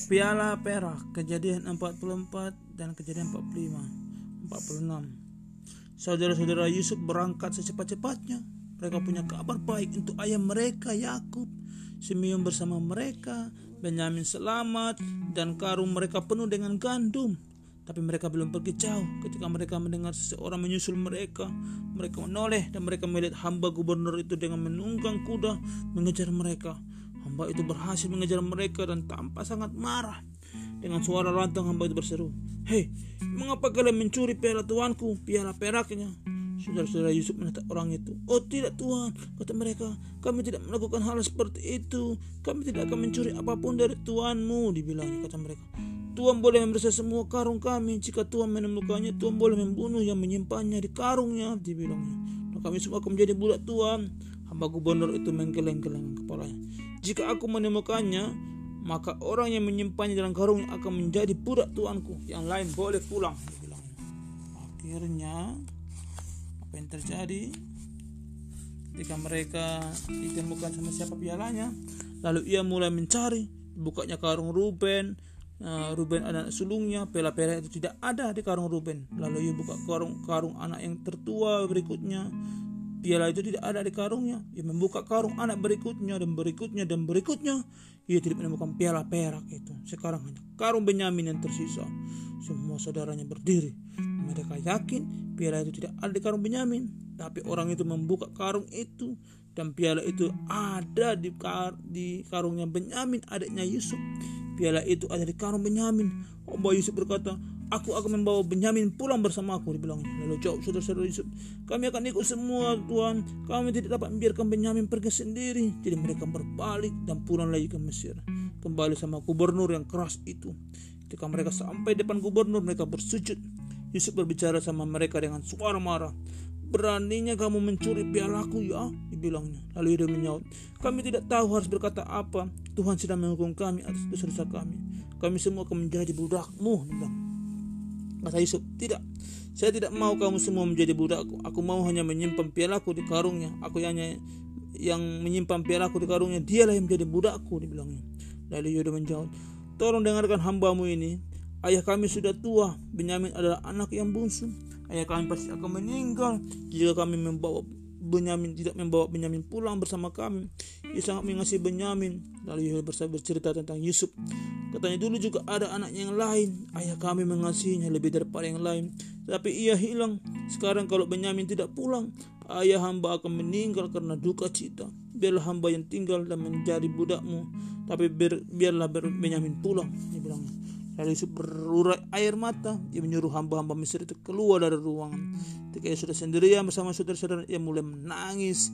Piala perak, Kejadian 44 dan Kejadian 46. Saudara-saudara Yusuf berangkat secepat-cepatnya. Mereka punya kabar baik untuk ayah mereka Yakub. Simeon bersama mereka, Benyamin selamat, dan karung mereka penuh dengan gandum. Tapi mereka belum pergi jauh. Ketika mereka mendengar seseorang menyusul mereka, mereka menoleh dan mereka melihat hamba gubernur itu dengan menunggang kuda mengejar mereka. Hamba itu berhasil mengejar mereka dan tampak sangat marah. Dengan suara lantang hamba itu berseru, "Hei, mengapa kalian mencuri piala tuanku, piala peraknya?" Saudara-saudara Yusuf menatap orang itu. "Oh tidak Tuhan," kata mereka, "kami tidak melakukan hal seperti itu. Kami tidak akan mencuri apapun dari tuanmu," dibilangnya. Kata mereka, "Tuhan boleh memeriksa semua karung kami. Jika Tuhan menemukannya, Tuhan boleh membunuh yang menyimpannya di karungnya," dibilangnya. "Dan kami semua akan menjadi budak Tuhan." Hamba gubernur itu menggeleng-geleng kepalanya. "Jika aku menemukannya, maka orang yang menyimpannya dalam karungnya akan menjadi budak tuanku. Yang lain boleh pulang," dibilangnya. Akhirnya apa yang terjadi? Ketika mereka ditemukan sama siapa pialanya, lalu ia mulai mencari. Bukanya karung Ruben. Ruben anak sulungnya. Piala perak itu tidak ada di karung Ruben. Lalu ia buka karung anak yang tertua berikutnya. Piala itu tidak ada di karungnya. Ia membuka karung anak berikutnya dan berikutnya dan berikutnya. Ia tidak menemukan piala perak itu. Sekarang hanya karung Benyamin yang tersisa. Semua saudaranya berdiri. Mereka yakin piala itu tidak ada di karung Benyamin. Tapi orang itu membuka karung itu dan piala itu ada di karungnya Benyamin, adiknya Yusuf. Piala itu ada di karung Benyamin. Hamba Yusuf berkata, "Aku akan membawa Benyamin pulang bersama aku," dibilangnya. Lalu jawab saudara-saudara Yusuf, "Kami akan ikut semua Tuhan. Kami tidak dapat membiarkan Benyamin pergi sendiri." Jadi mereka berbalik dan pulang lagi ke Mesir. Kembali sama gubernur yang keras itu. Ketika mereka sampai depan gubernur, mereka bersujud. Yusuf berbicara sama mereka dengan suara marah. "Beraninya kamu mencuri pialaku ya?" dibilangnya. Lalu dia menjawab, "Kami tidak tahu harus berkata apa. Tuhan sedang menghukum kami atas dosa-dosa kami. Kami semua akan menjadi budakmu," dibilang. Kata Yusuf, "Tidak, saya tidak mau kamu semua menjadi budakku. Aku mau hanya menyimpan pialaku di karungnya. Aku hanya yang menyimpan pialaku di karungnya, dialah yang menjadi budakku," dibilangnya. Lalu Yuda menjawab, "Tolong dengarkan hambamu ini. Ayah kami sudah tua. Benyamin adalah anak yang bungsu. Ayah kami pasti akan meninggal jika kami tidak membawa Benyamin pulang bersama kami. Ia sangat mengasihi Benyamin." Lalu Yuda bercerita tentang Yusuf. Katanya, "Dulu juga ada anak yang lain. Ayah kami mengasihinya lebih daripada yang lain. Tapi ia hilang. Sekarang kalau Benyamin tidak pulang, ayah hamba akan meninggal karena duka cita. Biarlah hamba yang tinggal dan menjadi budakmu. Tapi biarlah Benyamin pulang," dibilangnya. Lalu Yusuf berurai air mata. Ia menyuruh hamba-hamba Mesir itu keluar dari ruangan. Ketika ia sudah sendirian bersama saudara-saudara, ia mulai menangis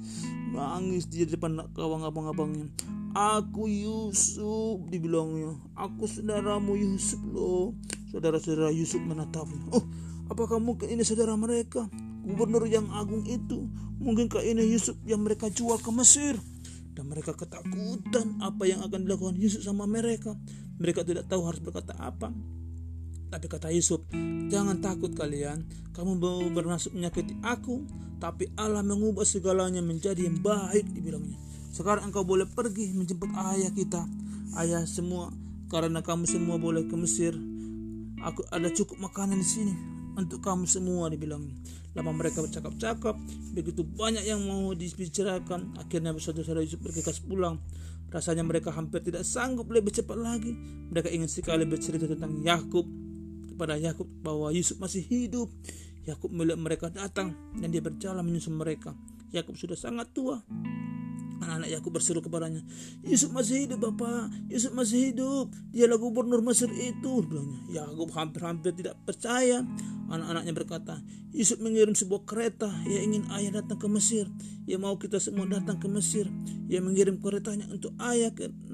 di depan kawan abang-abangnya. "Aku Yusuf," dibilangnya. "Aku saudaramu Yusuf loh." Saudara-saudara Yusuf menatapnya. "Oh, apakah mungkin ini saudara mereka, gubernur yang agung itu? Mungkinkah ini Yusuf yang mereka jual ke Mesir?" Dan mereka ketakutan apa yang akan dilakukan Yusuf sama mereka. Mereka tidak tahu harus berkata apa. Tapi kata Yusuf, "Jangan takut kalian. Kamu bermaksud menyakiti aku, tapi Allah mengubah segalanya menjadi yang baik," dibilangnya. "Sekarang engkau boleh pergi menjemput ayah kita, ayah semua, karena kamu semua boleh ke Mesir. Aku ada cukup makanan di sini untuk kamu semua," dibilangnya. Lama mereka bercakap-cakap, begitu banyak yang mau dibicarakan. Akhirnya saudara-saudara Yusuf bergegas pulang. Rasanya mereka hampir tidak sanggup lebih cepat lagi. Mereka ingin sekali bercerita tentang Yakub kepada Yakub bahwa Yusuf masih hidup. Yakub melihat mereka datang dan dia berjalan menyusul mereka. Yakub sudah sangat tua. Anak-anak Yakub berseru kepadanya, "Yusuf masih hidup, Bapak. Yusuf masih hidup. Dialah gubernur Mesir itu," bilangnya. Yakub hampir-hampir tidak percaya. Anak-anaknya berkata, "Yusuf mengirim sebuah kereta. Ia ingin ayah datang ke Mesir. Ia mau kita semua datang ke Mesir. Ia mengirim keretanya untuk ayah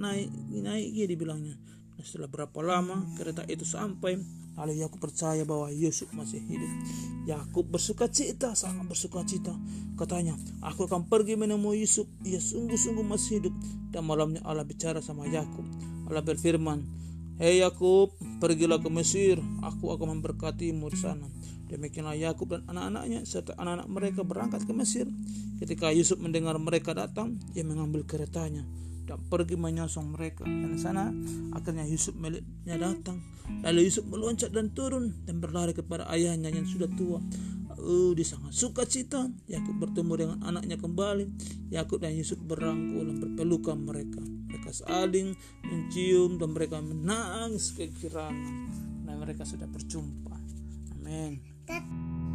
naiki," dibilangnya. Dan setelah berapa lama kereta itu sampai, lalu Yakub percaya bahwa Yusuf masih hidup. Yakub sangat bersuka cita. Katanya, "Aku akan pergi menemui Yusuf. Ia sungguh-sungguh masih hidup." Dan malamnya Allah bicara sama Yakub. Allah berfirman, "Hei Yakub, pergilah ke Mesir. Aku akan memberkatimu di sana." Demikianlah Yakub dan anak-anaknya serta anak-anak mereka berangkat ke Mesir. Ketika Yusuf mendengar mereka datang, ia mengambil keretanya dan pergi menyongsong mereka. Dan sana akhirnya Yusuf miliknya datang. Lalu Yusuf meloncat dan turun dan berlari kepada ayahnya yang sudah tua. Dia sangat sukacita. Yakub bertemu dengan anaknya kembali. Yakub dan Yusuf berangkul dan berpelukan mereka. Mereka saling mencium dan mereka menangis kegirangan. Dan mereka sudah berjumpa. Amin.